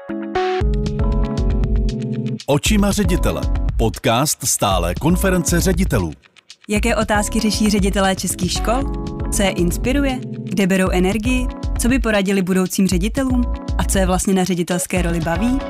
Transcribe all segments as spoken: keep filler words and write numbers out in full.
Očima ředitele. Podcast stálé konference ředitelů. Jaké otázky řeší ředitelé českých škol? Co je inspiruje? Kde berou energii? Co by poradili budoucím ředitelům? A co je vlastně na ředitelské roli baví?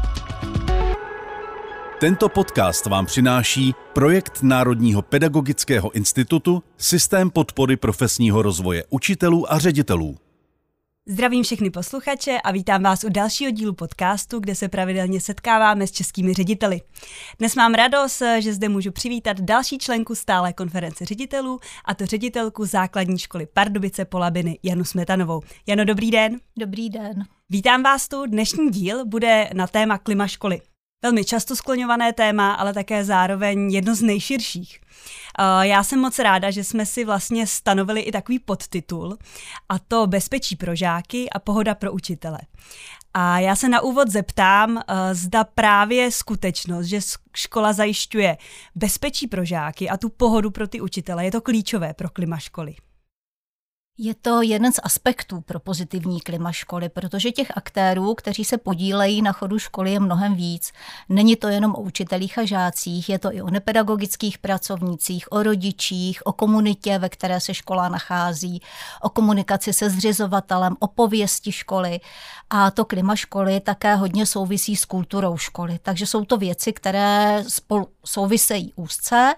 Tento podcast vám přináší projekt Národního pedagogického institutu Systém podpory profesního rozvoje učitelů a ředitelů. Zdravím všechny posluchače a vítám vás u dalšího dílu podcastu, kde se pravidelně setkáváme s českými řediteli. Dnes mám radost, že zde můžu přivítat další členku stálé konference ředitelů, a to ředitelku základní školy Pardubice Polabiny Janu Smetanovou. Jano, dobrý den. Dobrý den. Vítám vás tu. Dnešní díl bude na téma klima školy. Velmi často skloňované téma, ale také zároveň jedno z nejširších. Já jsem moc ráda, že jsme si vlastně stanovili i takový podtitul, a to Bezpečí pro žáky a pohoda pro učitele. A já se na úvod zeptám, zda právě skutečnost, že škola zajišťuje bezpečí pro žáky a tu pohodu pro ty učitele, je to klíčové pro klima školy. Je to jeden z aspektů pro pozitivní klima školy, protože těch aktérů, kteří se podílejí na chodu školy, je mnohem víc. Není to jenom o učitelích a žácích, je to i o nepedagogických pracovnících, o rodičích, o komunitě, ve které se škola nachází, o komunikaci se zřizovatelem, o pověsti školy. A to klima školy také hodně souvisí s kulturou školy. Takže jsou to věci, které spolu souvisejí úzce.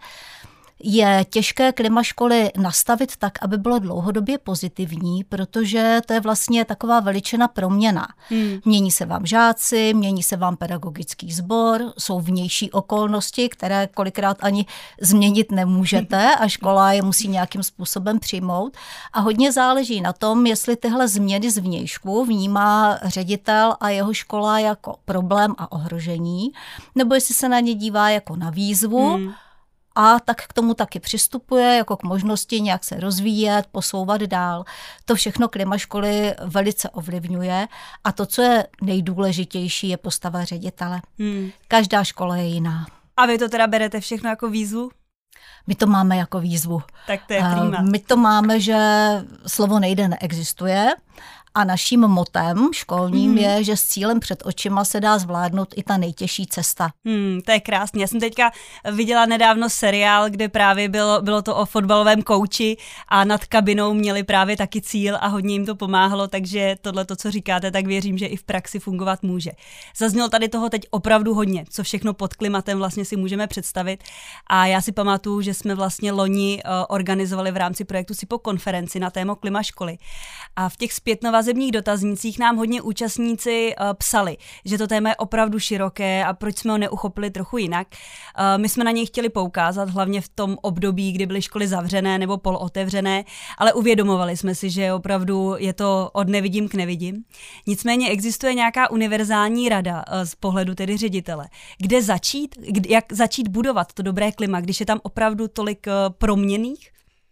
Je těžké klima školy nastavit tak, aby bylo dlouhodobě pozitivní, protože to je vlastně taková veličina proměna. Hmm. Mění se vám žáci, mění se vám pedagogický sbor, jsou vnější okolnosti, které kolikrát ani změnit nemůžete a škola je musí nějakým způsobem přijmout. A hodně záleží na tom, jestli tyhle změny zvnějšku vnímá ředitel a jeho škola jako problém a ohrožení, nebo jestli se na ně dívá jako na výzvu, hmm. a tak k tomu taky přistupuje, jako k možnosti nějak se rozvíjet, posouvat dál. To všechno klima školy velice ovlivňuje a to, co je nejdůležitější, je postava ředitele. Hmm. Každá škola je jiná. A vy to teda berete všechno jako výzvu? My to máme jako výzvu. Tak to je prima. My to máme, že slovo nejde neexistuje. A naším motem školním hmm. je, že s cílem před očima se dá zvládnout i ta nejtěžší cesta. Hmm, to je krásně. Já jsem teďka viděla nedávno seriál, kde právě bylo, bylo to o fotbalovém kouči a nad kabinou měli právě taky cíl a hodně jim to pomáhalo, takže tohle, to, co říkáte, tak věřím, že i v praxi fungovat může. Zaznělo tady toho teď opravdu hodně, co všechno pod klimatem vlastně si můžeme představit. A já si pamatuju, že jsme vlastně loni uh, organizovali v rámci projektu SIPO konferenci na téma klima školy. A v těch zpětnovazebních vazebních dotaznících nám hodně účastníci uh, psali, že to téma je opravdu široké a proč jsme ho neuchopili trochu jinak. Uh, my jsme na něj chtěli poukázat, hlavně v tom období, kdy byly školy zavřené nebo polotevřené, ale uvědomovali jsme si, že opravdu je to od nevidím k nevidím. Nicméně existuje nějaká univerzální rada uh, z pohledu tedy ředitele. Kde začít, kde, jak začít budovat to dobré klima, když je tam opravdu tolik uh, proměnných?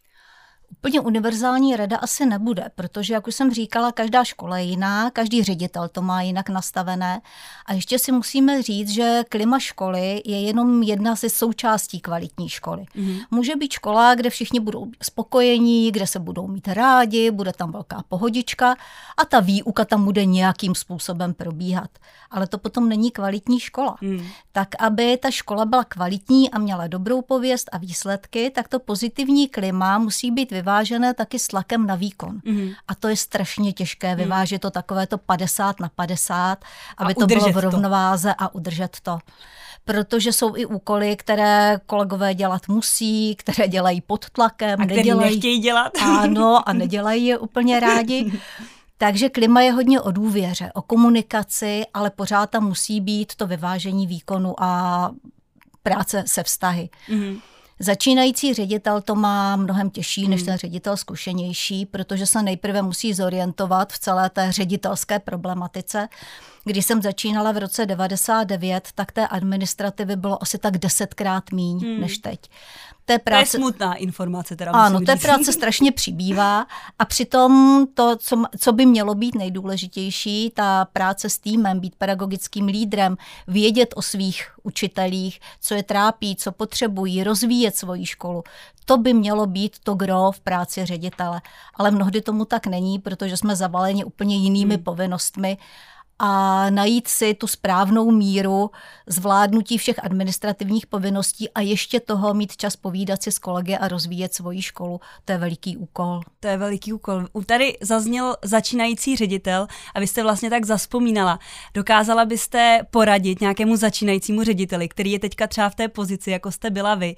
Úplně univerzální rada asi nebude, protože, jak už jsem říkala, každá škola je jiná, každý ředitel to má jinak nastavené. A ještě si musíme říct, že klima školy je jenom jedna ze součástí kvalitní školy. Mm. Může být škola, kde všichni budou spokojení, kde se budou mít rádi, bude tam velká pohodička a ta výuka tam bude nějakým způsobem probíhat. Ale to potom není kvalitní škola. Mm. Tak, aby ta škola byla kvalitní a měla dobrou pověst a výsledky, tak to pozitivní klima musí být vyvážené taky s tlakem na výkon. Mm. A to je strašně těžké, vyvážit to takovéto padesát na padesát, aby to bylo v rovnováze to. A udržet to. Protože jsou i úkoly, které kolegové dělat musí, které dělají pod tlakem. A které nechtějí dělat. Ano, a nedělají je úplně rádi. Takže klima je hodně o důvěře, o komunikaci, ale pořád tam musí být to vyvážení výkonu a práce se vztahy. Mm. Začínající ředitel to má mnohem těžší než ten ředitel zkušenější, protože se nejprve musí zorientovat v celé té ředitelské problematice. Když jsem začínala v roce devadesát devět, tak té administrativy bylo asi tak desetkrát míň hmm. než teď. Té práce... To je smutná informace. Teda ano, té práce strašně přibývá a přitom to, co, co by mělo být nejdůležitější, ta práce s týmem, být pedagogickým lídrem, vědět o svých učitelích, co je trápí, co potřebují, rozvíjet svoji školu. To by mělo být to gro v práci ředitele. Ale mnohdy tomu tak není, protože jsme zavaleni úplně jinými hmm. povinnostmi. a najít si tu správnou míru zvládnutí všech administrativních povinností a ještě toho mít čas povídat si s kolegy a rozvíjet svoji školu. To je veliký úkol. To je veliký úkol. Tady zazněl začínající ředitel a vy jste vlastně tak zazpomínala. Dokázala byste poradit nějakému začínajícímu řediteli, který je teďka třeba v té pozici, jako jste byla vy.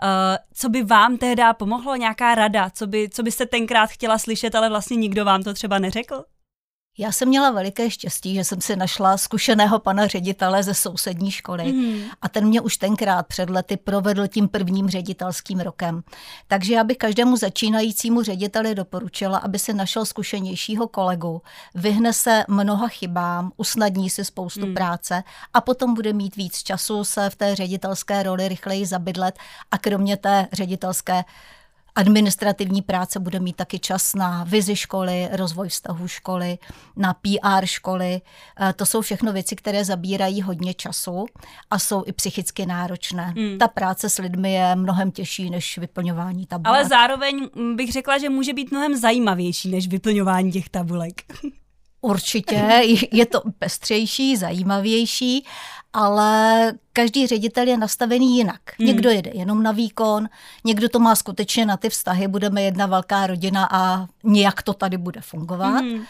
Co by vám tehdy pomohlo, nějaká rada, co, by, co byste tenkrát chtěla slyšet, ale vlastně nikdo vám to třeba neřekl? Já jsem měla veliké štěstí, že jsem si našla zkušeného pana ředitele ze sousední školy mm. a ten mě už tenkrát před lety provedl tím prvním ředitelským rokem. Takže já bych každému začínajícímu řediteli doporučila, aby si našel zkušenějšího kolegu, vyhne se mnoha chybám, usnadní si spoustu mm. práce a potom bude mít víc času se v té ředitelské roli rychleji zabydlet a kromě té ředitelské administrativní práce bude mít taky čas na vizi školy, rozvoj vztahu školy, na P R školy. To jsou všechno věci, které zabírají hodně času a jsou i psychicky náročné. Hmm. Ta práce s lidmi je mnohem těžší než vyplňování tabulek. Ale zároveň bych řekla, že může být mnohem zajímavější než vyplňování těch tabulek. Určitě, je to pestřejší, zajímavější, ale každý ředitel je nastavený jinak. Hmm. Někdo jede jenom na výkon, někdo to má skutečně na ty vztahy, budeme jedna velká rodina a nějak to tady bude fungovat. Hmm.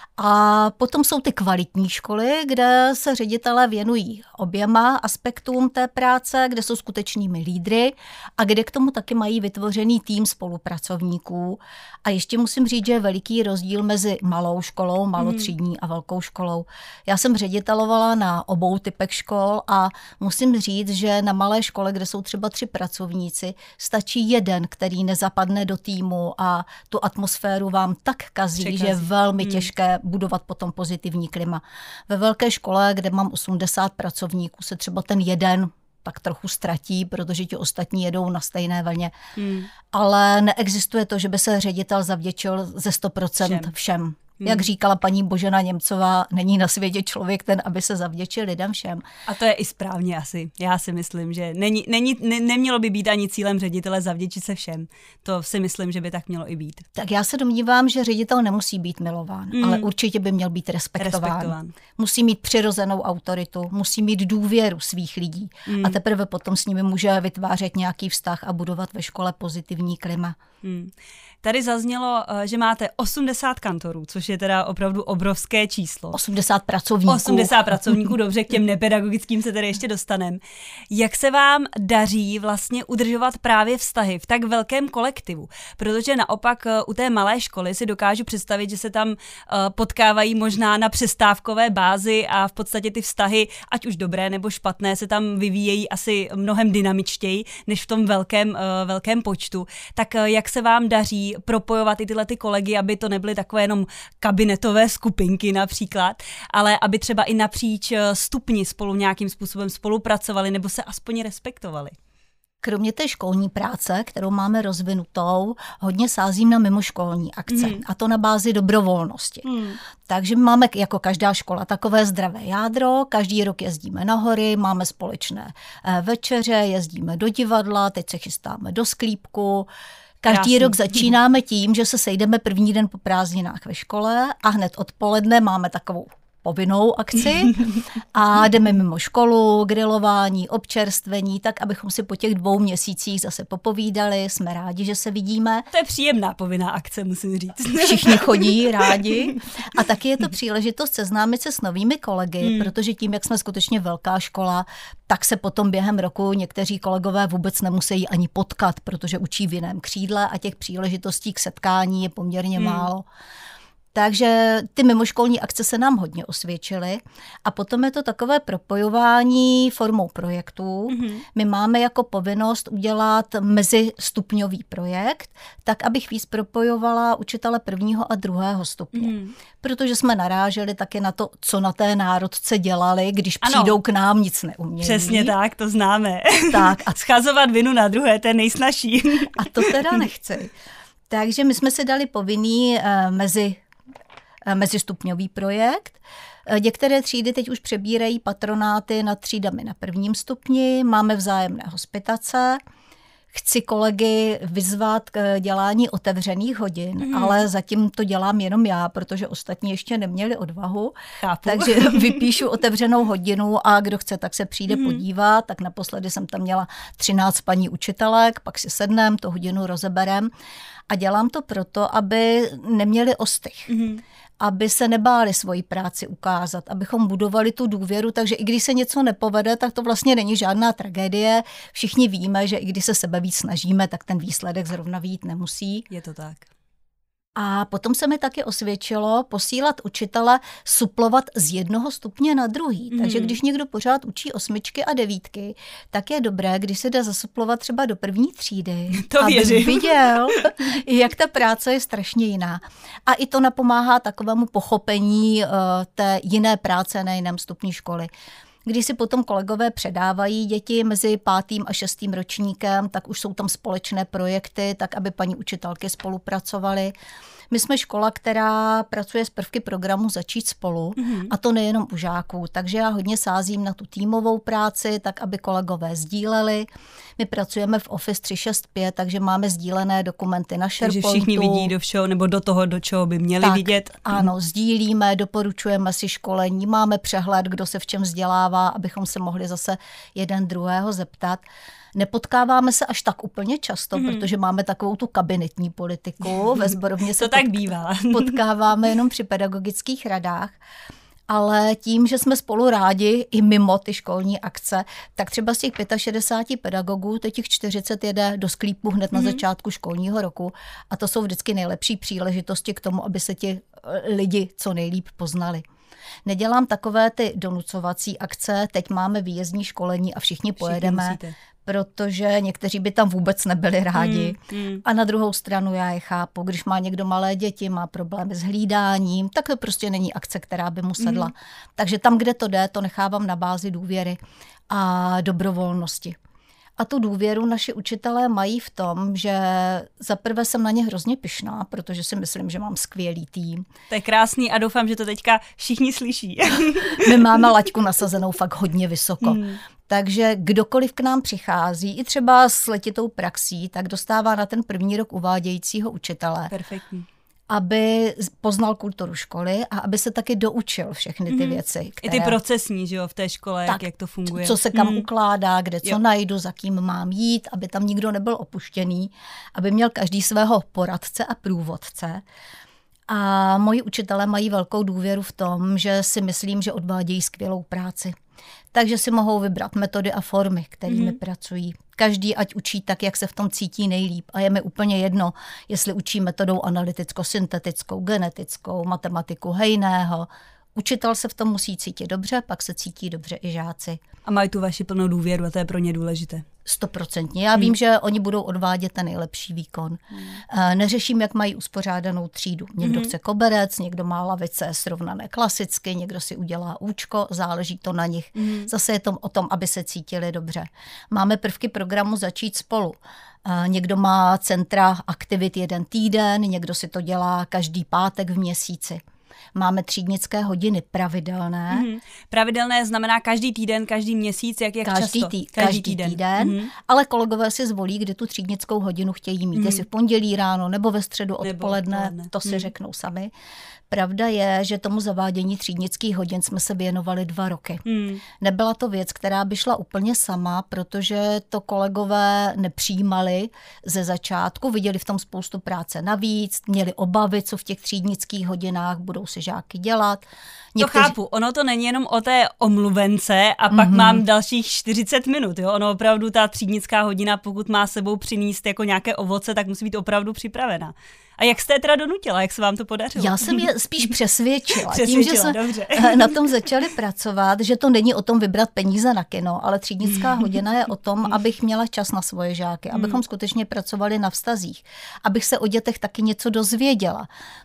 A potom jsou ty kvalitní školy, kde se ředitelé věnují oběma aspektům té práce, kde jsou skutečnými lídry a kde k tomu taky mají vytvořený tým spolupracovníků. A ještě musím říct, že je veliký rozdíl mezi malou školou, malotřídní a velkou školou. Já jsem ředitelovala na obou typech škol a musím říct, že na malé škole, kde jsou třeba tři pracovníci, stačí jeden, který nezapadne do týmu a tu atmosféru vám tak kazí, Překazí. že je velmi hmm. těžké budovat potom pozitivní klima. Ve velké škole, kde mám osmdesát pracovníků, se třeba ten jeden tak trochu ztratí, protože ti ostatní jedou na stejné vlně. Hmm. Ale neexistuje to, že by se ředitel zavděčil ze sto procent všem. všem. Hmm. Jak říkala paní Božena Němcová, není na světě člověk ten, aby se zavděčil lidem všem. A to je i správně asi. Já si myslím, že není, není, ne, nemělo by být ani cílem ředitele zavděčit se všem. To si myslím, že by tak mělo i být. Tak já se domnívám, že ředitel nemusí být milován, hmm. ale určitě by měl být respektován. respektován. Musí mít přirozenou autoritu, musí mít důvěru svých lidí hmm. a teprve potom s nimi může vytvářet nějaký vztah a budovat ve škole pozitivní klima. Hmm. Tady zaznělo, že máte osmdesát kantorů, což je teda opravdu obrovské číslo. osmdesát pracovníků. osmdesát pracovníků, dobře, k těm nepedagogickým se tedy ještě dostaneme. Jak se vám daří vlastně udržovat právě vztahy v tak velkém kolektivu? Protože naopak u té malé školy si dokážu představit, že se tam potkávají možná na přestávkové bázi a v podstatě ty vztahy, ať už dobré nebo špatné, se tam vyvíjejí asi mnohem dynamičtěji než v tom velkém, velkém počtu. Tak jak se vám daří propojovat i tyhle ty kolegy, aby to nebyly takové jenom kabinetové skupinky například, ale aby třeba i napříč stupni spolu nějakým způsobem spolupracovali nebo se aspoň respektovali? Kromě té školní práce, kterou máme rozvinutou, hodně sázím na mimoškolní akce. Mm. A to na bázi dobrovolnosti. Mm. Takže máme jako každá škola takové zdravé jádro, každý rok jezdíme na hory, máme společné večeře, jezdíme do divadla, teď se chystáme do Sklípku. Každý Krásný. rok začínáme tím, že se sejdeme první den po prázdninách ve škole a hned odpoledne máme takovou povinnou akci a jdeme mimo školu, grilování, občerstvení, tak abychom si po těch dvou měsících zase popovídali, jsme rádi, že se vidíme. To je příjemná povinná akce, musím říct. Všichni chodí rádi a taky je to příležitost seznámit se s novými kolegy, hmm. protože tím, jak jsme skutečně velká škola, tak se potom během roku někteří kolegové vůbec nemusí ani potkat, protože učí v jiném křídle a těch příležitostí k setkání je poměrně hmm. málo. Takže ty mimoškolní akce se nám hodně osvědčily a potom je to takové propojování formou projektů. Mm-hmm. My máme jako povinnost udělat mezistupňový projekt, tak abych víc propojovala učitele prvního a druhého stupně. Mm-hmm. Protože jsme naráželi taky na to, co na té národce dělali, když ano. přijdou k nám, nic neumějí. Přesně tak, to známe. Tak a schazovat vinu na druhé, to je nejsnažší. A to teda nechci. Takže my jsme si dali povinný uh, mezi mezistupňový projekt. Některé třídy teď už přebírají patronáty nad třídami na prvním stupni, máme vzájemné hospitace. chci kolegy vyzvat k dělání otevřených hodin, mm. ale zatím to dělám jenom já, protože ostatní ještě neměli odvahu. Chápu. Takže vypíšu otevřenou hodinu a kdo chce, tak se přijde mm. podívat. Tak naposledy jsem tam měla třináct paní učitelek, pak si sednem, tu hodinu rozeberem. A dělám to proto, aby neměli ostych. Mm. Aby se nebáli svoji práci ukázat, abychom budovali tu důvěru, takže i když se něco nepovede, tak to vlastně není žádná tragédie. Všichni víme, že i když se sebe víc snažíme, tak ten výsledek zrovna vyjít nemusí. Je to tak. A potom se mi taky osvědčilo posílat učitele suplovat z jednoho stupně na druhý. Mm. Takže když někdo pořád učí osmičky a devítky, tak je dobré, když se dá zasuplovat třeba do první třídy. To aby věřím. viděl, jak ta práce je strašně jiná. A i to napomáhá takovému pochopení uh, té jiné práce na jiném stupni školy. Když si potom kolegové předávají děti mezi pátým a šestým ročníkem, tak už jsou tam společné projekty, tak aby paní učitelky spolupracovaly. My jsme škola, která pracuje s prvky programu Začít spolu, mm-hmm. a to nejenom u žáků, takže já hodně sázím na tu týmovou práci, tak aby kolegové sdíleli. My pracujeme v Office tři šest pět, takže máme sdílené dokumenty na SharePointu. Takže všichni vidí do všeho, nebo do toho, do čeho by měli tak, vidět. Ano, sdílíme, doporučujeme si školení, máme přehled, kdo se v čem vzdělává, abychom se mohli zase jeden druhého zeptat. Nepotkáváme se až tak úplně často, mm. protože máme takovou tu kabinetní politiku. Ve sborovně se to tak bývá. potkáváme jenom při pedagogických radách. Ale tím, že jsme spolu rádi i mimo ty školní akce, tak třeba z těch šedesáti pěti pedagogů, teď těch čtyřicet jede do sklípu hned na mm. začátku školního roku a to jsou vždycky nejlepší příležitosti k tomu, aby se ti lidi co nejlíp poznali. Nedělám takové ty donucovací akce, teď máme výjezdní školení a všichni pojedeme, protože někteří by tam vůbec nebyli rádi. Mm, mm. A na druhou stranu já je chápu, když má někdo malé děti, má problémy s hlídáním, tak to prostě není akce, která by mu sedla. Mm. Takže tam, kde to jde, to nechávám na bázi důvěry a dobrovolnosti. A tu důvěru naši učitelé mají v tom, že zaprvé jsem na ně hrozně pyšná, protože si myslím, že mám skvělý tým. To je krásný a doufám, že to teďka všichni slyší. My máme laťku nasazenou fakt hodně vysoko. Hmm. Takže kdokoliv k nám přichází, i třeba s letitou praxí, tak dostává na ten první rok uvádějícího učitele. Perfektní. Aby poznal kulturu školy a aby se taky doučil všechny ty mm-hmm. věci. Které... I ty procesní, že jo, v té škole, tak, jak to funguje. Co se kam mm. ukládá, kde co jo. najdu, za kým mám jít, aby tam nikdo nebyl opuštěný, aby měl každý svého poradce a průvodce. A moji učitelé mají velkou důvěru v tom, že si myslím, že odvádějí skvělou práci. Takže si mohou vybrat metody a formy, kterými mm-hmm. pracují. Každý ať učí tak, jak se v tom cítí nejlíp. A je mi úplně jedno, jestli učí metodou analyticko-syntetickou, genetickou, matematiku Hejného. Učitel se v tom musí cítit dobře, pak se cítí dobře i žáci. A mají tu vaši plnou důvěru a to je pro ně důležité. Stoprocentně. Já vím, hmm. že oni budou odvádět ten nejlepší výkon. Hmm. Neřeším, jak mají uspořádanou třídu. Někdo hmm. chce koberec, někdo má lavice srovnané klasicky, někdo si udělá účko, záleží to na nich. Hmm. Zase je to o tom, aby se cítili dobře. Máme prvky programu Začít spolu. Někdo má centra aktivit jeden týden, někdo si to dělá každý pátek v měsíci. Máme třídnické hodiny pravidelné. Mm-hmm. Pravidelné znamená každý týden, každý měsíc, jak, jak každý často? Tý, každý, každý týden, týden mm-hmm. ale kolegové si zvolí, kdy tu třídnickou hodinu chtějí mít. Mm-hmm. Jestli v pondělí ráno nebo ve středu odpoledne, odpoledne. to si mm-hmm. řeknou sami. Pravda je, že tomu zavádění třídnických hodin jsme se věnovali dva roky. Hmm. Nebyla to věc, která by šla úplně sama, protože to kolegové nepřijímali ze začátku, viděli v tom spoustu práce navíc, měli obavy, co v těch třídnických hodinách budou si žáky dělat. Někteří... To chápu, ono to není jenom o té omluvence a pak mm-hmm. mám dalších čtyřicet minut. Jo? Ono opravdu ta třídnická hodina, pokud má sebou přinést jako nějaké ovoce, tak musí být opravdu připravena. A jak jste je teda donutila, jak se vám to podařilo? Já jsem je spíš přesvědčila. přesvědčila Tím, že jsme dobře. na tom začali pracovat, že to není o tom vybrat peníze na kino, ale třídnická hodina je o tom, abych měla čas na svoje žáky, abychom skutečně pracovali na vztazích, abych se o dětech taky něco dozvěděla.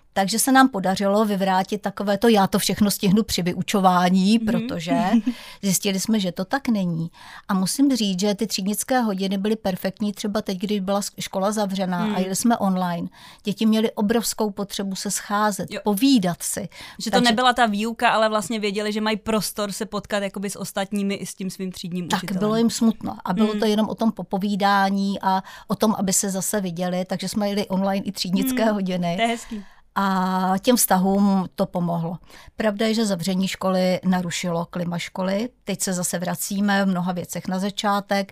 Takže se nám podařilo vyvrátit takové to, já to všechno stihnu při vyučování, protože zjistili jsme, že to tak není. A musím říct, že ty třídnické hodiny byly perfektní, třeba teď, když byla škola zavřená hmm. a jeli jsme online. Děti měly obrovskou potřebu se scházet, jo. povídat si. Že to Takže... nebyla ta výuka, ale vlastně věděli, že mají prostor se potkat jakoby s ostatními i s tím svým třídním tak učitelem. Tak bylo jim smutno a bylo hmm. to jenom o tom popovídání a o tom, aby se zase viděli, takže jsme jeli online i třídnické hmm. hodiny. To je hezký. A těm vztahům to pomohlo. Pravda je, že zavření školy narušilo klima školy. Teď se zase vracíme v mnoha věcech na začátek.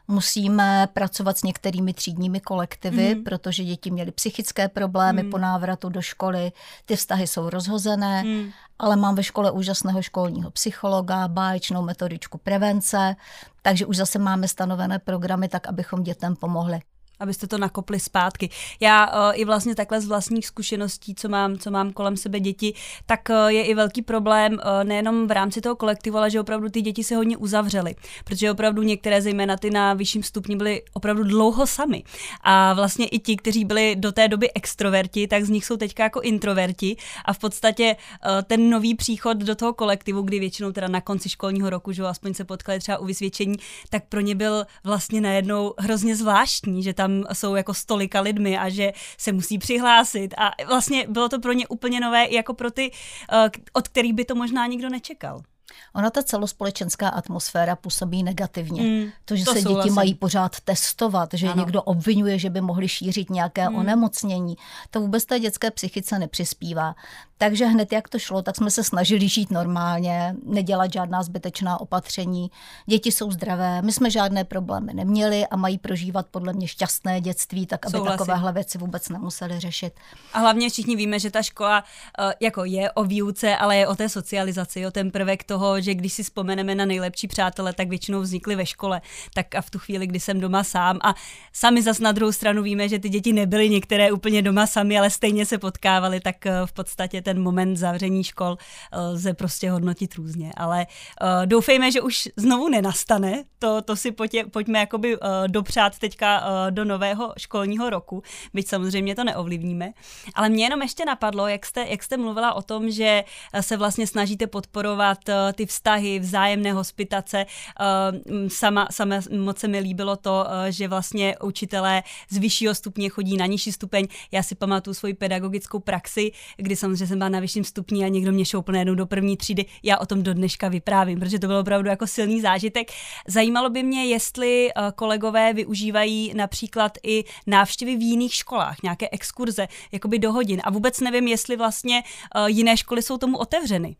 Musíme pracovat s některými třídními kolektivy, mm. protože děti měly psychické problémy mm. po návratu do školy. Ty vztahy jsou rozhozené, mm. ale mám ve škole úžasného školního psychologa, báječnou metodičku prevence, takže už zase máme stanovené programy tak, abychom dětem pomohli. Abyste to nakopli zpátky. Já uh, i vlastně takhle z vlastních zkušeností, co mám, co mám kolem sebe děti, tak uh, je i velký problém uh, nejenom v rámci toho kolektivu, ale že opravdu ty děti se hodně uzavřely, protože opravdu některé, zejména ty na vyšším stupni, byly opravdu dlouho sami. A vlastně i ti, kteří byli do té doby extroverti, tak z nich jsou teďka jako introverti a v podstatě uh, ten nový příchod do toho kolektivu, kdy většinou teda na konci školního roku, že aspoň se potkali třeba u vysvědčení, tak pro ně byl vlastně najednou hrozně zvláštní, že tam jsou jako stolika lidmi a že se musí přihlásit a vlastně bylo to pro ně úplně nové, jako pro ty, od kterých by to možná nikdo nečekal. Ona ta celospolečenská atmosféra působí negativně. Mm, to, že to se děti souhlasím. mají pořád testovat, že ano. někdo obvinuje, že by mohli šířit nějaké mm. onemocnění, to vůbec té dětské psychice nepřispívá. Takže hned jak to šlo, tak jsme se snažili žít normálně, nedělat žádná zbytečná opatření. Děti jsou zdravé, my jsme žádné problémy neměli a mají prožívat podle mě šťastné dětství, tak aby Souhlasím. Takovéhle věci vůbec nemuseli řešit. A hlavně všichni víme, že ta škola jako je o výuce, ale je o té socializaci, o ten prvek toho, že když si vzpomeneme na nejlepší přátele, tak většinou vznikly ve škole. Tak a v tu chvíli, kdy jsem doma sám a sami zas na druhou stranu víme, že ty děti nebyly některé úplně doma sami, ale stejně se potkávaly, tak v podstatě ten moment zavření škol lze prostě hodnotit různě. Ale uh, doufejme, že už znovu nenastane. To, to si pojďme, pojďme jakoby uh, dopřát teďka uh, do nového školního roku, byť samozřejmě to neovlivníme. Ale mě jenom ještě napadlo, jak jste, jak jste mluvila o tom, že se vlastně snažíte podporovat uh, ty vztahy, vzájemné hospitace. Uh, sama, sama moc se mi líbilo to, uh, že vlastně učitelé z vyššího stupně chodí na nižší stupeň. Já si pamatuju svoji pedagogickou praxi, kdy samozřejmě jsem byla na vyšším stupni a někdo mě šoupl najednou do první třídy. Já o tom do dneška vyprávím, protože to bylo opravdu jako silný zážitek. Zajímalo by mě, jestli kolegové využívají například i návštěvy v jiných školách, nějaké exkurze, jakoby do hodin. A vůbec nevím, jestli vlastně jiné školy jsou tomu otevřeny.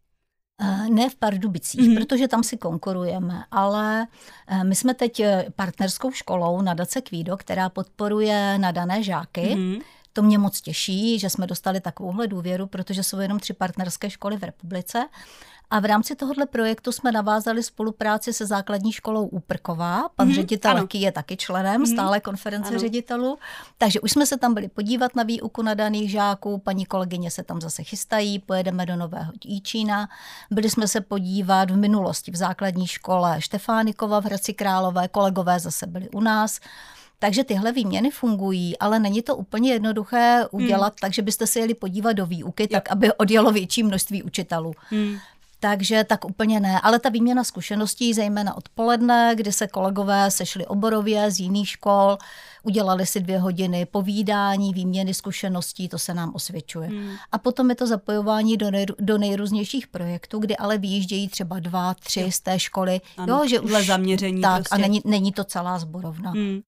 Ne v Pardubicích, mm-hmm. protože tam si konkurujeme, ale my jsme teď partnerskou školou Nadace Kvído, která podporuje nadané žáky. Mm-hmm. To mě moc těší, že jsme dostali takovouhle důvěru, protože jsou jenom tři partnerské školy v republice. A v rámci tohohle projektu jsme navázali spolupráci se základní školou Úprková. Pan mm-hmm, ředitel Leký je taky členem mm-hmm, stále konference ano. ředitelů. Takže už jsme se tam byli podívat na výuku nadaných žáků. Paní kolegyně se tam zase chystají, pojedeme do Nového Jičína. Byli jsme se podívat v minulosti v základní škole Štefánikova v Hradci Králové. Kolegové zase byli u nás. Takže tyhle výměny fungují, ale není to úplně jednoduché udělat, hmm. takže byste se jeli podívat do výuky, jo. tak aby odjelo větší množství učitelů. Hmm. Takže tak úplně ne, ale ta výměna zkušeností, zejména odpoledne, kdy se kolegové sešli oborově z jiných škol, udělali si dvě hodiny povídání, výměny zkušeností, to se nám osvědčuje. Hmm. A potom je to zapojování do, nej, do nejrůznějších projektů, kdy ale vyjíždějí třeba dva, tři jo. z té školy. Ano, jo, že už zaměření tak prostě. A není, není to celá sborovna. Hmm.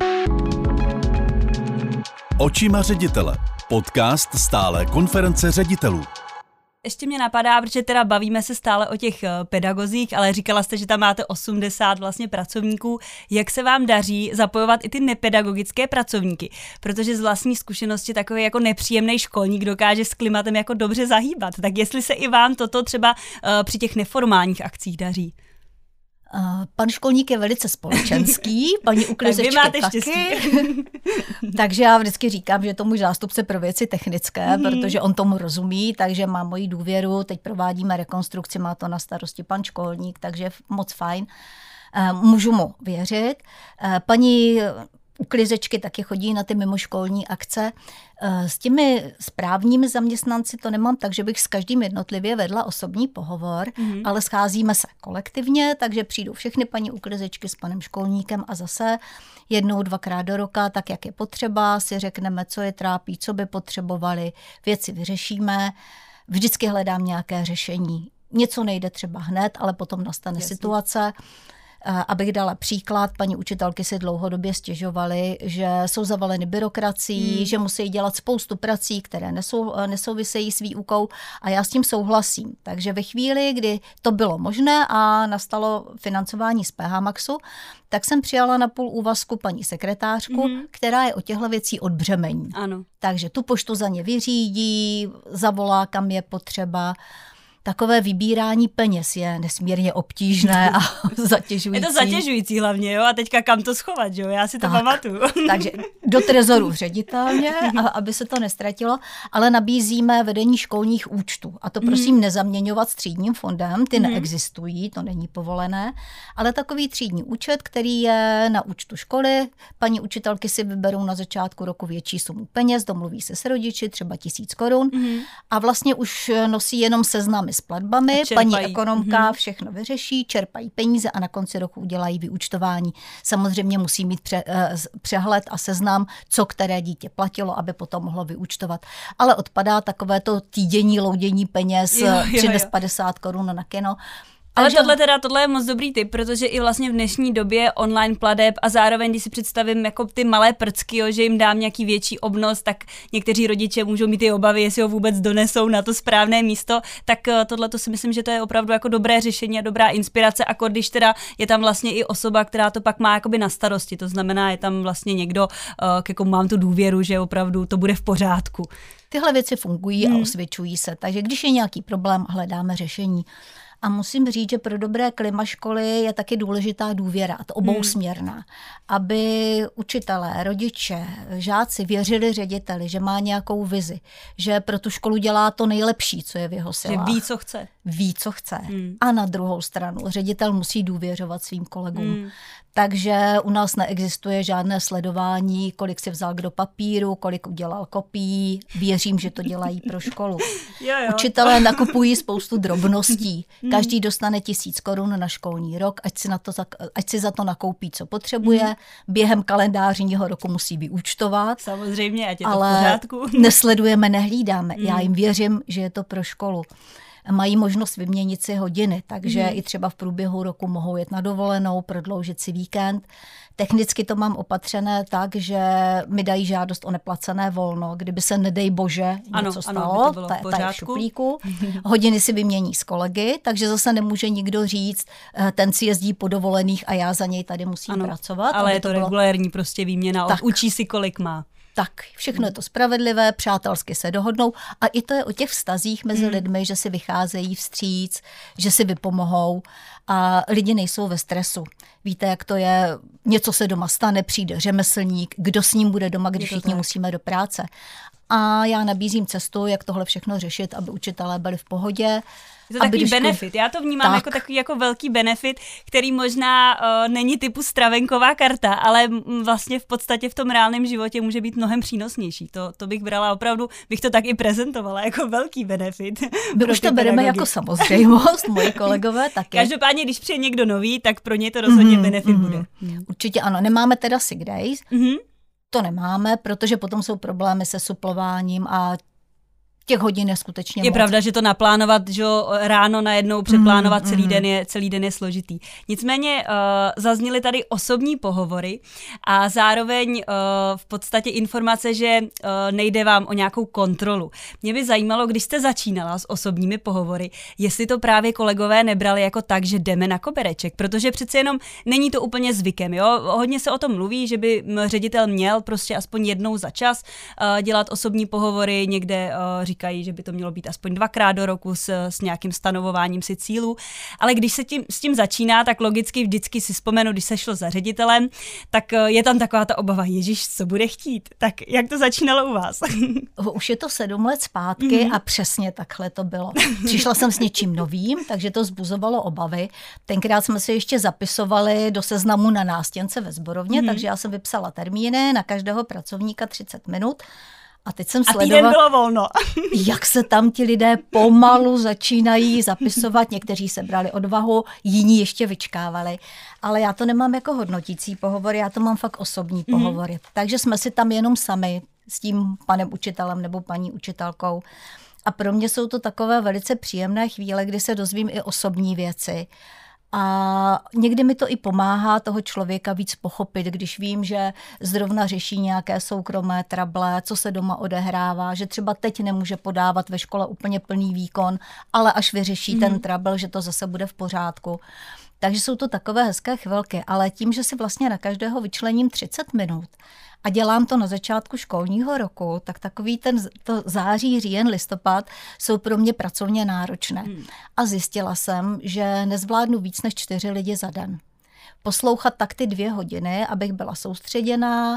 Očima ředitele. Podcast stálé konference ředitelů. Ještě mě napadá, protože teda bavíme se stále o těch pedagozích, ale říkala jste, že tam máte osmdesát vlastně pracovníků. Jak se vám daří zapojovat i ty nepedagogické pracovníky? Protože z vlastní zkušenosti takový jako nepříjemný školník dokáže s klimatem jako dobře zahýbat. Tak jestli se i vám toto třeba uh, při těch neformálních akcích daří? Pan školník je velice společenský, paní uklizečka taky. Takže já vždycky říkám, že je to můj zástupce pro věci technické, mm-hmm. protože on tomu rozumí, takže má moji důvěru. Teď provádíme rekonstrukci, má to na starosti pan školník, takže moc fajn. Můžu mu věřit. Paní uklizečky taky chodí na ty mimoškolní akce. S těmi správními zaměstnanci to nemám tak, že bych s každým jednotlivě vedla osobní pohovor, mm-hmm. ale scházíme se kolektivně, takže přijdou všechny paní uklizečky s panem školníkem a zase jednou, dvakrát do roka, tak jak je potřeba, si řekneme, co je trápí, co by potřebovali, věci vyřešíme. Vždycky hledám nějaké řešení. Něco nejde třeba hned, ale potom nastane Jasně. situace. Abych dala příklad, paní učitelky si dlouhodobě stěžovaly, že jsou zavaleny byrokracií, hmm. že musí dělat spoustu prací, které nesou, nesouvisejí s výukou a já s tím souhlasím. Takže ve chvíli, kdy to bylo možné a nastalo financování z P H Maxu, tak jsem přijala na půl úvazku paní sekretářku, hmm. která je o těchto věcí odbřemení. Ano. Takže tu poštu za ně vyřídí, zavolá, kam je potřeba. Takové vybírání peněz je nesmírně obtížné a zatěžující. Je to zatěžující hlavně, jo? A teďka kam to schovat, jo? Já si to tak, pamatuju. Takže do trezoru ředitelně, aby se to nestratilo, ale nabízíme vedení školních účtů. A to prosím mm. nezaměňovat s třídním fondem, ty mm. neexistují, to není povolené, ale takový třídní účet, který je na účtu školy, paní učitelky si vyberou na začátku roku větší sumu peněz, domluví se s rodiči, třeba tisíc korun mm. a vlastně už nosí jenom seznamy s platbami, paní ekonomka mm-hmm. všechno vyřeší, čerpají peníze a na konci roku udělají vyúčtování. Samozřejmě musí mít pře, přehled a seznam, co které dítě platilo, aby potom mohlo vyúčtovat. Ale odpadá takové to týdění, loudění peněz, jo, jo, přines jo. padesát korun na kino. Ale Takže... tohle teda, tohle je moc dobrý tip, protože i vlastně v dnešní době online plateb a zároveň, když si představím jako ty malé prcky, jo, že jim dám nějaký větší obnos, tak někteří rodiče můžou mít ty obavy, jestli ho vůbec donesou na to správné místo, tak tohle to si myslím, že to je opravdu jako dobré řešení a dobrá inspirace, a když teda je tam vlastně i osoba, která to pak má jakoby na starosti, to znamená, je tam vlastně někdo, k komu mám tu důvěru, že opravdu to bude v pořádku. Tyhle věci fungují hmm. a osvědčují se, takže když je nějaký problém, hledáme řešení. A musím říct, že pro dobré klima školy je taky důležitá důvěra, a to obousměrná. Hmm. Aby učitelé, rodiče, žáci věřili řediteli, že má nějakou vizi, že pro tu školu dělá to nejlepší, co je v jeho silách. Že ví, co chce. Ví, co chce. Hmm. A na druhou stranu ředitel musí důvěřovat svým kolegům. Hmm. Takže u nás neexistuje žádné sledování, kolik si vzal kdo papíru, kolik udělal kopií. Věřím, že to dělají pro školu. Jo, jo. Učitelé nakupují spoustu drobností. Každý dostane tisíc korun na školní rok, ať si, na to, ať si za to nakoupí, co potřebuje. Hmm. Během kalendářního roku musí vyúčtovat. Samozřejmě, ať je to ale v pořádku. Nesledujeme, nehlídáme. Hmm. Já jim věřím, že je to pro školu. Mají možnost vyměnit si hodiny, takže hmm. i třeba v průběhu roku mohou jet na dovolenou, prodloužit si víkend. Technicky to mám opatřené tak, že mi dají žádost o neplacené volno, kdyby se, nedej bože, ano, něco stalo, ano, to ta, ta je v šuplíku. Hodiny si vymění s kolegy, takže zase nemůže nikdo říct, ten si jezdí po dovolených a já za něj tady musím ano, pracovat. Ale je to, to bylo... regulérní prostě výměna, tak. Učí si, kolik má. Tak, všechno je to spravedlivé, přátelsky se dohodnou a i to je o těch vztazích mezi hmm. lidmi, že si vycházejí vstříc, že si vypomohou a lidi nejsou ve stresu. Víte, jak to je, něco se doma stane, přijde řemeslník, kdo s ním bude doma, když všichni musíme do práce. A já nabízím cestu, jak tohle všechno řešit, aby učitelé byli v pohodě. Je to takový benefit. Já to vnímám tak. jako takový jako velký benefit, který možná uh, není typu stravenková karta, ale vlastně v podstatě v tom reálném životě může být mnohem přínosnější. To, to bych brala opravdu, bych to tak i prezentovala jako velký benefit. My už to bereme jako samozřejmost, moji kolegové taky. Každopádně, když přijde někdo nový, tak pro ně to rozhodně mm-hmm, benefit mm-hmm. bude. Určitě ano. Nemáme teda sick days. Mm-hmm. To nemáme, protože potom jsou problémy se suplováním a těch hodin je skutečně Je moc. pravda, že to naplánovat, že ráno najednou přeplánovat mm, celý, mm. Den je, celý den je složitý. Nicméně uh, zazněly tady osobní pohovory a zároveň uh, v podstatě informace, že uh, nejde vám o nějakou kontrolu. Mě by zajímalo, když jste začínala s osobními pohovory, jestli to právě kolegové nebrali jako tak, že jdeme na kobereček, protože přece jenom není to úplně zvykem. Jo? Hodně se o tom mluví, že by ředitel měl prostě aspoň jednou za čas uh, dělat osobní pohovory, někde uh, říkají, že by to mělo být aspoň dvakrát do roku s, s nějakým stanovováním si cílů. Ale když se tím, s tím začíná, tak logicky vždycky si vzpomenu, když se šlo za ředitelem, tak je tam taková ta obava, ježiš, co bude chtít. Tak jak to začínalo u vás? Už je to sedm let zpátky mm-hmm. a přesně takhle to bylo. Přišla jsem s něčím novým, takže to vzbuzovalo obavy. Tenkrát jsme se ještě zapisovali do seznamu na nástěnce ve sborovně, mm-hmm. takže já jsem vypsala termíny na každého pracovníka třicet minut. A teď jsem sledovala, a týden bylo volno. jak se tam ti lidé pomalu začínají zapisovat. Někteří se brali odvahu, jiní ještě vyčkávali. Ale já to nemám jako hodnotící pohovor, já to mám fakt osobní mm-hmm. pohovory. Takže jsme si tam jenom sami s tím panem učitelem nebo paní učitelkou. A pro mě jsou to takové velice příjemné chvíle, kdy se dozvím i osobní věci. A někdy mi to i pomáhá toho člověka víc pochopit, když vím, že zrovna řeší nějaké soukromé trable, co se doma odehrává, že třeba teď nemůže podávat ve škole úplně plný výkon, ale až vyřeší mm. ten trouble, že to zase bude v pořádku. Takže jsou to takové hezké chvilky, ale tím, že si vlastně na každého vyčlením třicet minut a dělám to na začátku školního roku, tak takový ten to září, říjen, listopad jsou pro mě pracovně náročné. Hmm. A zjistila jsem, že nezvládnu víc než čtyři lidi za den. Poslouchat tak ty dvě hodiny, abych byla soustředěná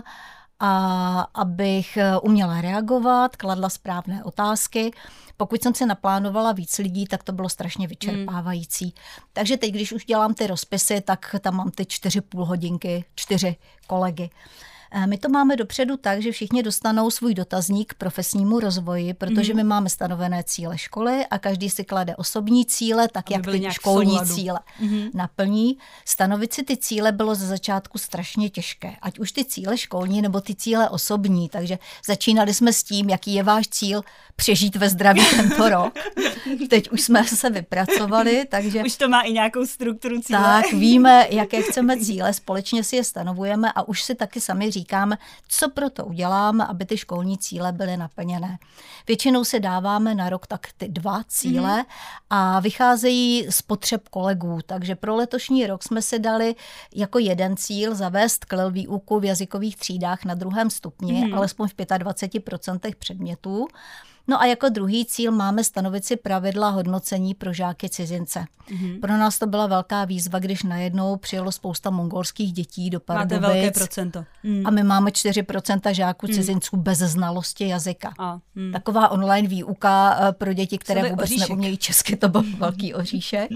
a abych uměla reagovat, kladla správné otázky. Pokud jsem si naplánovala víc lidí, tak to bylo strašně vyčerpávající. Hmm. Takže teď, když už dělám ty rozpisy, tak tam mám ty čtyři půl hodinky, čtyři kolegy. My to máme dopředu tak, že všichni dostanou svůj dotazník k profesnímu rozvoji, protože mm. my máme stanovené cíle školy a každý si klade osobní cíle, tak jak ty školní cíle mm. naplní. Stanovit si ty cíle bylo ze začátku strašně těžké, ať už ty cíle školní nebo ty cíle osobní, takže začínali jsme s tím, jaký je váš cíl přežít ve zdraví tento rok. Teď už jsme se vypracovali, takže... Už to má i nějakou strukturu cíle. Tak, víme, jaké chceme cíle, společně si je stanovujeme a už si taky sami říkáme, co pro to uděláme, aby ty školní cíle byly naplněné. Většinou si dáváme na rok tak ty dva cíle mm. a vycházejí z potřeb kolegů, takže pro letošní rok jsme si dali jako jeden cíl zavést klil výuku v jazykových třídách na druhém stupni, mm. alespoň v dvacet pět procent předmětů. No a jako druhý cíl máme stanovit si pravidla hodnocení pro žáky cizince. Mm-hmm. Pro nás to byla velká výzva, když najednou přijelo spousta mongolských dětí do Pardubic. Máte velké procento. Mm. A my máme čtyři procenta žáků cizinců mm. bez znalosti jazyka. A, mm. Taková online výuka pro děti, které vůbec oříšek. neumějí česky, to byl velký oříšek.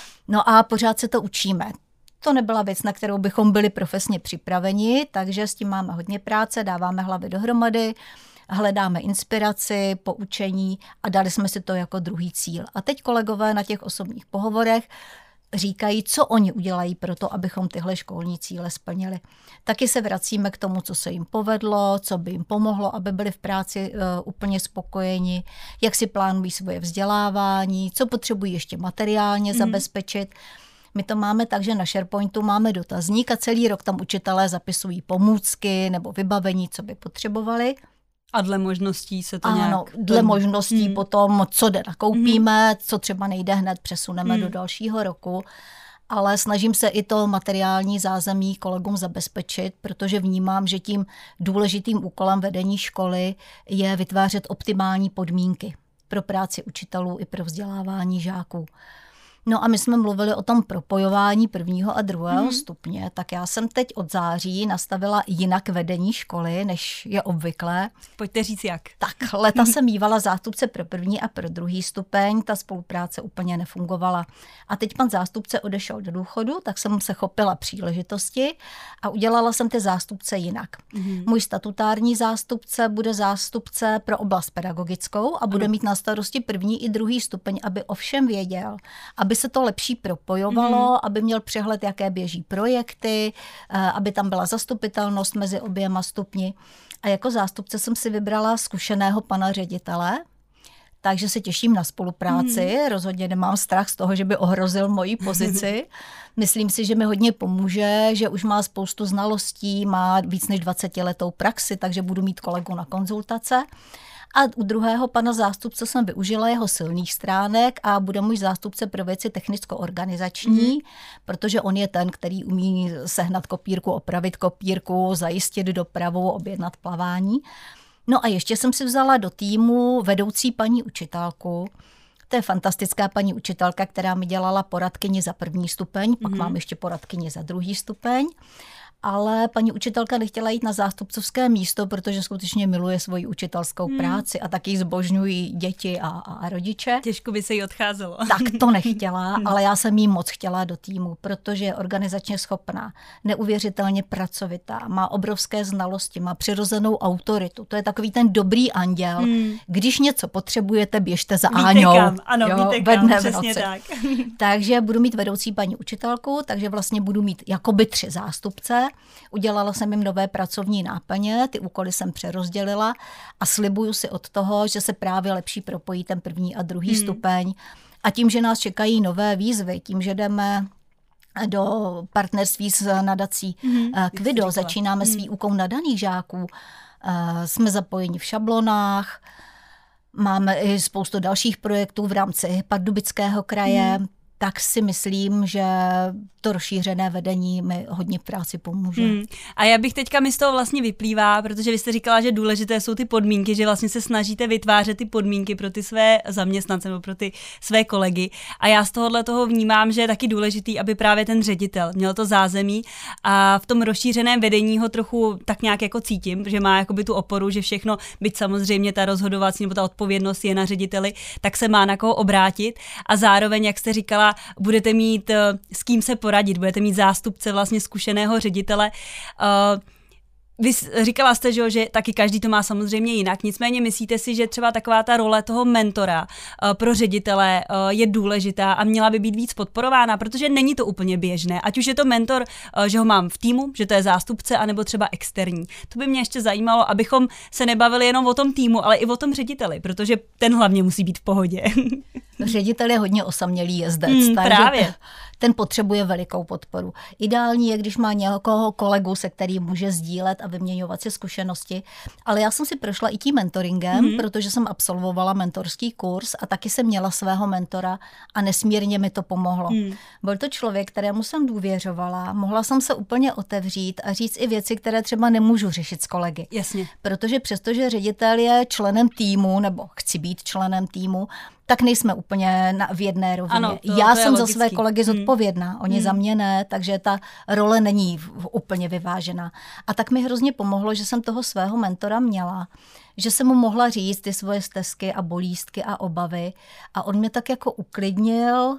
No a pořád se to učíme. To nebyla věc, na kterou bychom byli profesně připraveni, takže s tím máme hodně práce, dáváme hlavy dohromady, hledáme inspiraci, poučení a dali jsme si to jako druhý cíl. A teď kolegové na těch osobních pohovorech říkají, co oni udělají pro to, abychom tyhle školní cíle splnili. Taky se vracíme k tomu, co se jim povedlo, co by jim pomohlo, aby byli v práci uh, úplně spokojeni, jak si plánují svoje vzdělávání, co potřebují ještě materiálně mm. zabezpečit. My to máme tak, že na SharePointu máme dotazník a celý rok tam učitelé zapisují pomůcky nebo vybavení, co by potřebovali. A dle možností se to ano, nějak... Ano, dle možností mm. potom, co jde nakoupíme, mm. co třeba nejde hned, přesuneme mm. do dalšího roku. Ale snažím se i to materiální zázemí kolegům zabezpečit, protože vnímám, že tím důležitým úkolem vedení školy je vytvářet optimální podmínky pro práci učitelů i pro vzdělávání žáků. No a my jsme mluvili o tom propojování prvního a druhého mm. stupně, tak já jsem teď od září nastavila jinak vedení školy, než je obvyklé. Pojďte říct jak. Tak, leta jsem mývala zástupce pro první a pro druhý stupeň, ta spolupráce úplně nefungovala. A teď pan zástupce odešel do důchodu, tak jsem se chopila příležitosti a udělala jsem ty zástupce jinak. Mm. Můj statutární zástupce bude zástupce pro oblast pedagogickou a bude mm. mít na starosti první i druhý stupeň, aby ovšem věděl, aby se to lepší propojovalo, mm. aby měl přehled, jaké běží projekty, aby tam byla zastupitelnost mezi oběma stupni. A jako zástupce jsem si vybrala zkušeného pana ředitele, takže se těším na spolupráci. Mm. Rozhodně nemám strach z toho, že by ohrozil moji pozici. Myslím si, že mi hodně pomůže, že už má spoustu znalostí, má víc než dvacetiletou praxi, takže budu mít kolegu na konzultace. A u druhého pana zástupce jsem využila jeho silných stránek a bude můj zástupce pro věci technicko-organizační, mm. protože on je ten, který umí sehnat kopírku, opravit kopírku, zajistit dopravu, objednat plavání. No a ještě jsem si vzala do týmu vedoucí paní učitelku. To je fantastická paní učitelka, která mi dělala poradkyni za první stupeň, pak mm-hmm. mám ještě poradkyni za druhý stupeň. Ale paní učitelka nechtěla jít na zástupcovské místo, protože skutečně miluje svoji učitelskou hmm. práci a taky zbožňují děti a, a rodiče. Těžko by se jí odcházelo. Tak to nechtěla, ale já jsem jí moc chtěla do týmu, protože je organizačně schopná, neuvěřitelně pracovitá, má obrovské znalosti, má přirozenou autoritu. To je takový ten dobrý anděl. Hmm. Když něco potřebujete, běžte za víte Áňou. Kam. Ano, jo, víte kam, ve přesně tak. Takže budu mít vedoucí paní učitelku, takže vlastně budu mít jakoby tři zástupce. Udělala jsem jim nové pracovní náplně, ty úkoly jsem přerozdělila a slibuju si od toho, že se právě lepší propojí ten první a druhý hmm. stupeň. A tím, že nás čekají nové výzvy, tím, že jdeme do partnerství s nadací hmm. Kvido, začínáme hmm. s výukou nadaných žáků, jsme zapojeni v šablonách, máme i spoustu dalších projektů v rámci Pardubického kraje, hmm. tak si myslím, že to rozšířené vedení mi hodně v práci pomůže. Hmm. A já bych teďka mi z toho vlastně vyplývá, protože vy jste říkala, že důležité jsou ty podmínky, že vlastně se snažíte vytvářet ty podmínky pro ty své zaměstnance nebo pro ty své kolegy. A já z tohohle toho vnímám, že je taky důležitý, aby právě ten ředitel měl to zázemí a v tom rozšířeném vedení ho trochu tak nějak jako cítím, že má jakoby tu oporu, že všechno, byť samozřejmě ta rozhodovací nebo ta odpovědnost je na řediteli, tak se má na koho obrátit a zároveň, jak jste říkala, budete mít s kým se poradit, budete mít zástupce vlastně zkušeného ředitele. Uh, vy říkala jste, že, že taky každý to má samozřejmě jinak, nicméně myslíte si, že třeba taková ta role toho mentora uh, pro ředitele uh, je důležitá a měla by být víc podporována, protože není to úplně běžné. Ať už je to mentor, uh, že ho mám v týmu, že to je zástupce, anebo třeba externí. To by mě ještě zajímalo, abychom se nebavili jenom o tom týmu, ale i o tom řediteli, protože ten hlavně musí být v pohodě. Ředitel je hodně osamělý jezdec, hmm, takže právě. ten potřebuje velikou podporu. Ideální je, když má nějakého kolegu, se kterým může sdílet a vyměňovat si zkušenosti. Ale já jsem si prošla i tím mentoringem, mm-hmm. protože jsem absolvovala mentorský kurz a taky jsem měla svého mentora a nesmírně mi to pomohlo. Mm. Byl to člověk, kterému jsem důvěřovala, mohla jsem se úplně otevřít a říct i věci, které třeba nemůžu řešit s kolegy. Jasně. Protože přestože ředitel je členem týmu, nebo chci být členem týmu, tak nejsme úplně na, v jedné rovině. Ano, to, Já to jsem za logický. Své kolegy zodpovědná, hmm. oni hmm. za mě ne, takže ta role není v, úplně vyvážená. A tak mi hrozně pomohlo, že jsem toho svého mentora měla, že jsem mu mohla říct ty svoje stesky a bolístky a obavy a on mě tak jako uklidnil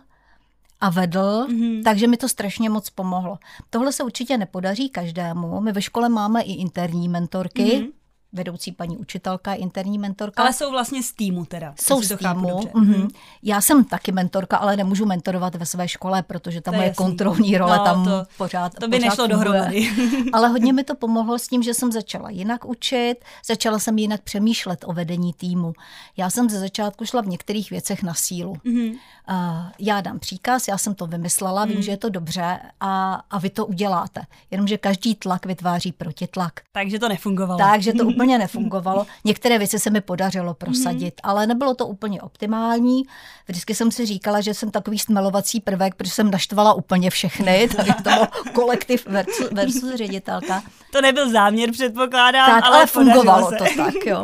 a vedl, mm-hmm. takže mi to strašně moc pomohlo. Tohle se určitě nepodaří každému. My ve škole máme i interní mentorky, mm-hmm. vedoucí paní učitelka, interní mentorka. Ale jsou vlastně z týmu teda. Jsou z týmu. Mm-hmm. Já jsem taky mentorka, ale nemůžu mentorovat ve své škole, protože tam je kontrolní role, no, tam to, pořád To by pořád nešlo dohromady. Ale hodně mi to pomohlo s tím, že jsem začala jinak učit, začala jsem jinak přemýšlet o vedení týmu. Já jsem ze začátku šla v některých věcech na sílu. Mm-hmm. Uh, já dám příkaz, já jsem to vymyslela, mm. vím, že je to dobře a, a vy to uděláte. Jenomže každý tlak vytváří protitlak. Takže to nefungovalo. Takže to úplně nefungovalo. Některé věci se mi podařilo prosadit, mm. ale nebylo to úplně optimální. Vždycky jsem si říkala, že jsem takový stmelovací prvek, protože jsem naštvala úplně všechny, tady toho kolektiv versus, versus ředitelka. To nebyl záměr, předpokládám, tak, ale, ale fungovalo se. to tak, jo.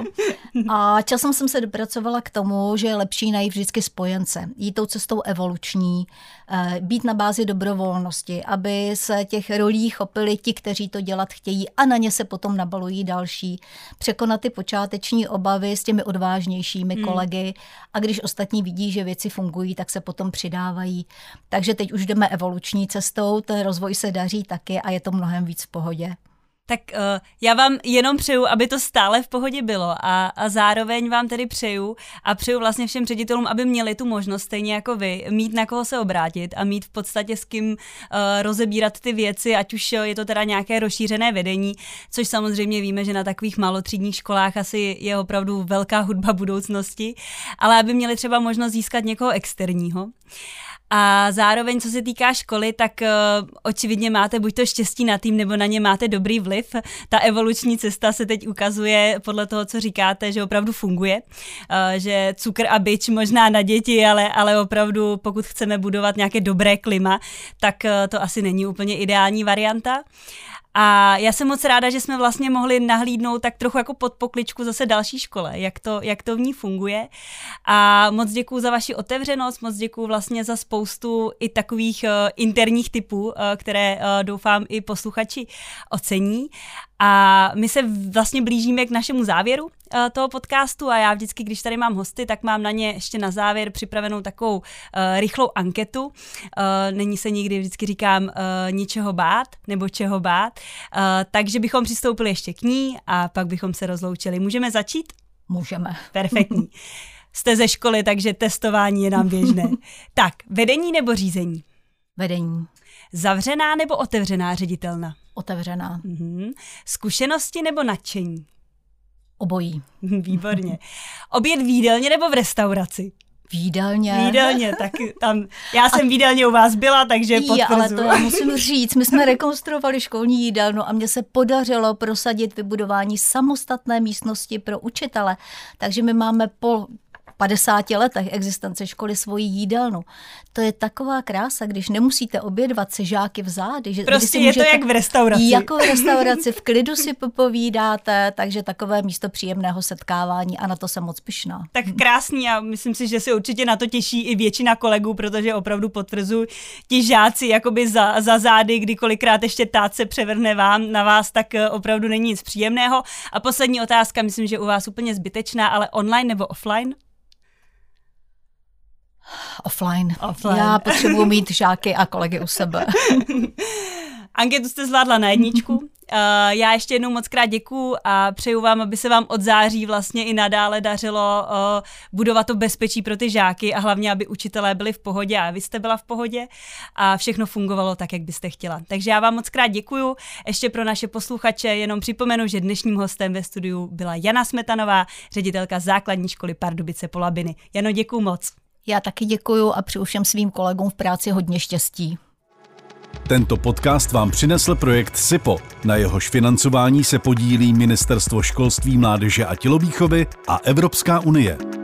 A časem jsem se dopracovala k tomu, že je lepší najít vždycky spojence. Jít tou cestou evoluční, být na bázi dobrovolnosti, aby se těch rolí chopili ti, kteří to dělat chtějí a na ně se potom nabalují další. Překonat ty počáteční obavy s těmi odvážnějšími hmm. kolegy a když ostatní vidí, že věci fungují, tak se potom přidávají. Takže teď už jdeme evoluční cestou, ten rozvoj se daří taky a je to mnohem víc v pohodě. Tak uh, já vám jenom přeju, aby to stále v pohodě bylo a, a zároveň vám tedy přeju a přeju vlastně všem ředitelům, aby měli tu možnost stejně jako vy, mít na koho se obrátit a mít v podstatě s kým uh, rozebírat ty věci, ať už je to teda nějaké rozšířené vedení, což samozřejmě víme, že na takových malotřídních školách asi je opravdu velká hudba budoucnosti, ale aby měli třeba možnost získat někoho externího. A zároveň, co se týká školy, tak uh, očividně máte buď to štěstí na tým, nebo na ně máte dobrý vliv. Ta evoluční cesta se teď ukazuje podle toho, co říkáte, že opravdu funguje. Uh, že cukr a bič možná na děti, ale, ale opravdu pokud chceme budovat nějaké dobré klima, tak uh, to asi není úplně ideální varianta. A já jsem moc ráda, že jsme vlastně mohli nahlídnout tak trochu jako pod pokličku zase další škole, jak to, jak to v ní funguje. A moc děkuju za vaši otevřenost, moc děkuju vlastně za spoustu i takových uh, interních tipů, uh, které uh, doufám i posluchači ocení. A my se vlastně blížíme k našemu závěru uh, toho podcastu a já vždycky, když tady mám hosty, tak mám na ně ještě na závěr připravenou takovou uh, rychlou anketu. Uh, není se nikdy, vždycky říkám, uh, ničeho bát nebo čeho bát. Uh, takže bychom přistoupili ještě k ní a pak bychom se rozloučili. Můžeme začít? Můžeme. Perfektní. Jste ze školy, takže testování je nám běžné. Tak, vedení nebo řízení? Vedení. Zavřená nebo otevřená ředitelna? Otevřená. Mhm. Zkušenosti nebo nadšení? Obojí. Výborně. Oběd v jídelně nebo v restauraci? V jídelně. V jídelně, tak tam, já jsem a... v jídelně u vás byla, takže potvrzuji. Ale to já musím říct, my jsme rekonstruovali školní jídelnu a mně se podařilo prosadit vybudování samostatné místnosti pro učitele, takže my máme po padesáti letech existence školy svoji jídelnu. To je taková krása, když nemusíte obědvat se žáky v zády. Že prostě je to jak v restauraci. Jako v restauraci, v klidu si popovídáte, takže takové místo příjemného setkávání a na to jsem moc pyšná. Tak krásný a myslím si, že se určitě na to těší i většina kolegů, protože opravdu potvrzuji, ti žáci jakoby za, za zády, kdy kolikrát ještě tát se převrhne vám, na vás, tak opravdu není nic příjemného. A poslední otázka, myslím, že u vás úplně zbytečná, ale online nebo offline? Offline. Offline. Já potřebuji mít žáky a kolegy u sebe. Anketu jste zvládla na jedničku. Uh, já ještě jednou moc krát děkuju a přeju vám, aby se vám od září vlastně i nadále dařilo uh, budovat to bezpečí pro ty žáky a hlavně, aby učitelé byli v pohodě a vy jste byla v pohodě a všechno fungovalo tak, jak byste chtěla. Takže já vám moc krát děkuju. Ještě pro naše posluchače jenom připomenu, že dnešním hostem ve studiu byla Jana Smetanová, ředitelka základní školy Pardubice Polabiny. Jano, děkuju moc. Já taky děkuju a přeju všem svým kolegům v práci hodně štěstí. Tento podcast vám přinesl projekt S I P O. Na jehož financování se podílí Ministerstvo školství, mládeže a tělovýchovy a Evropská unie.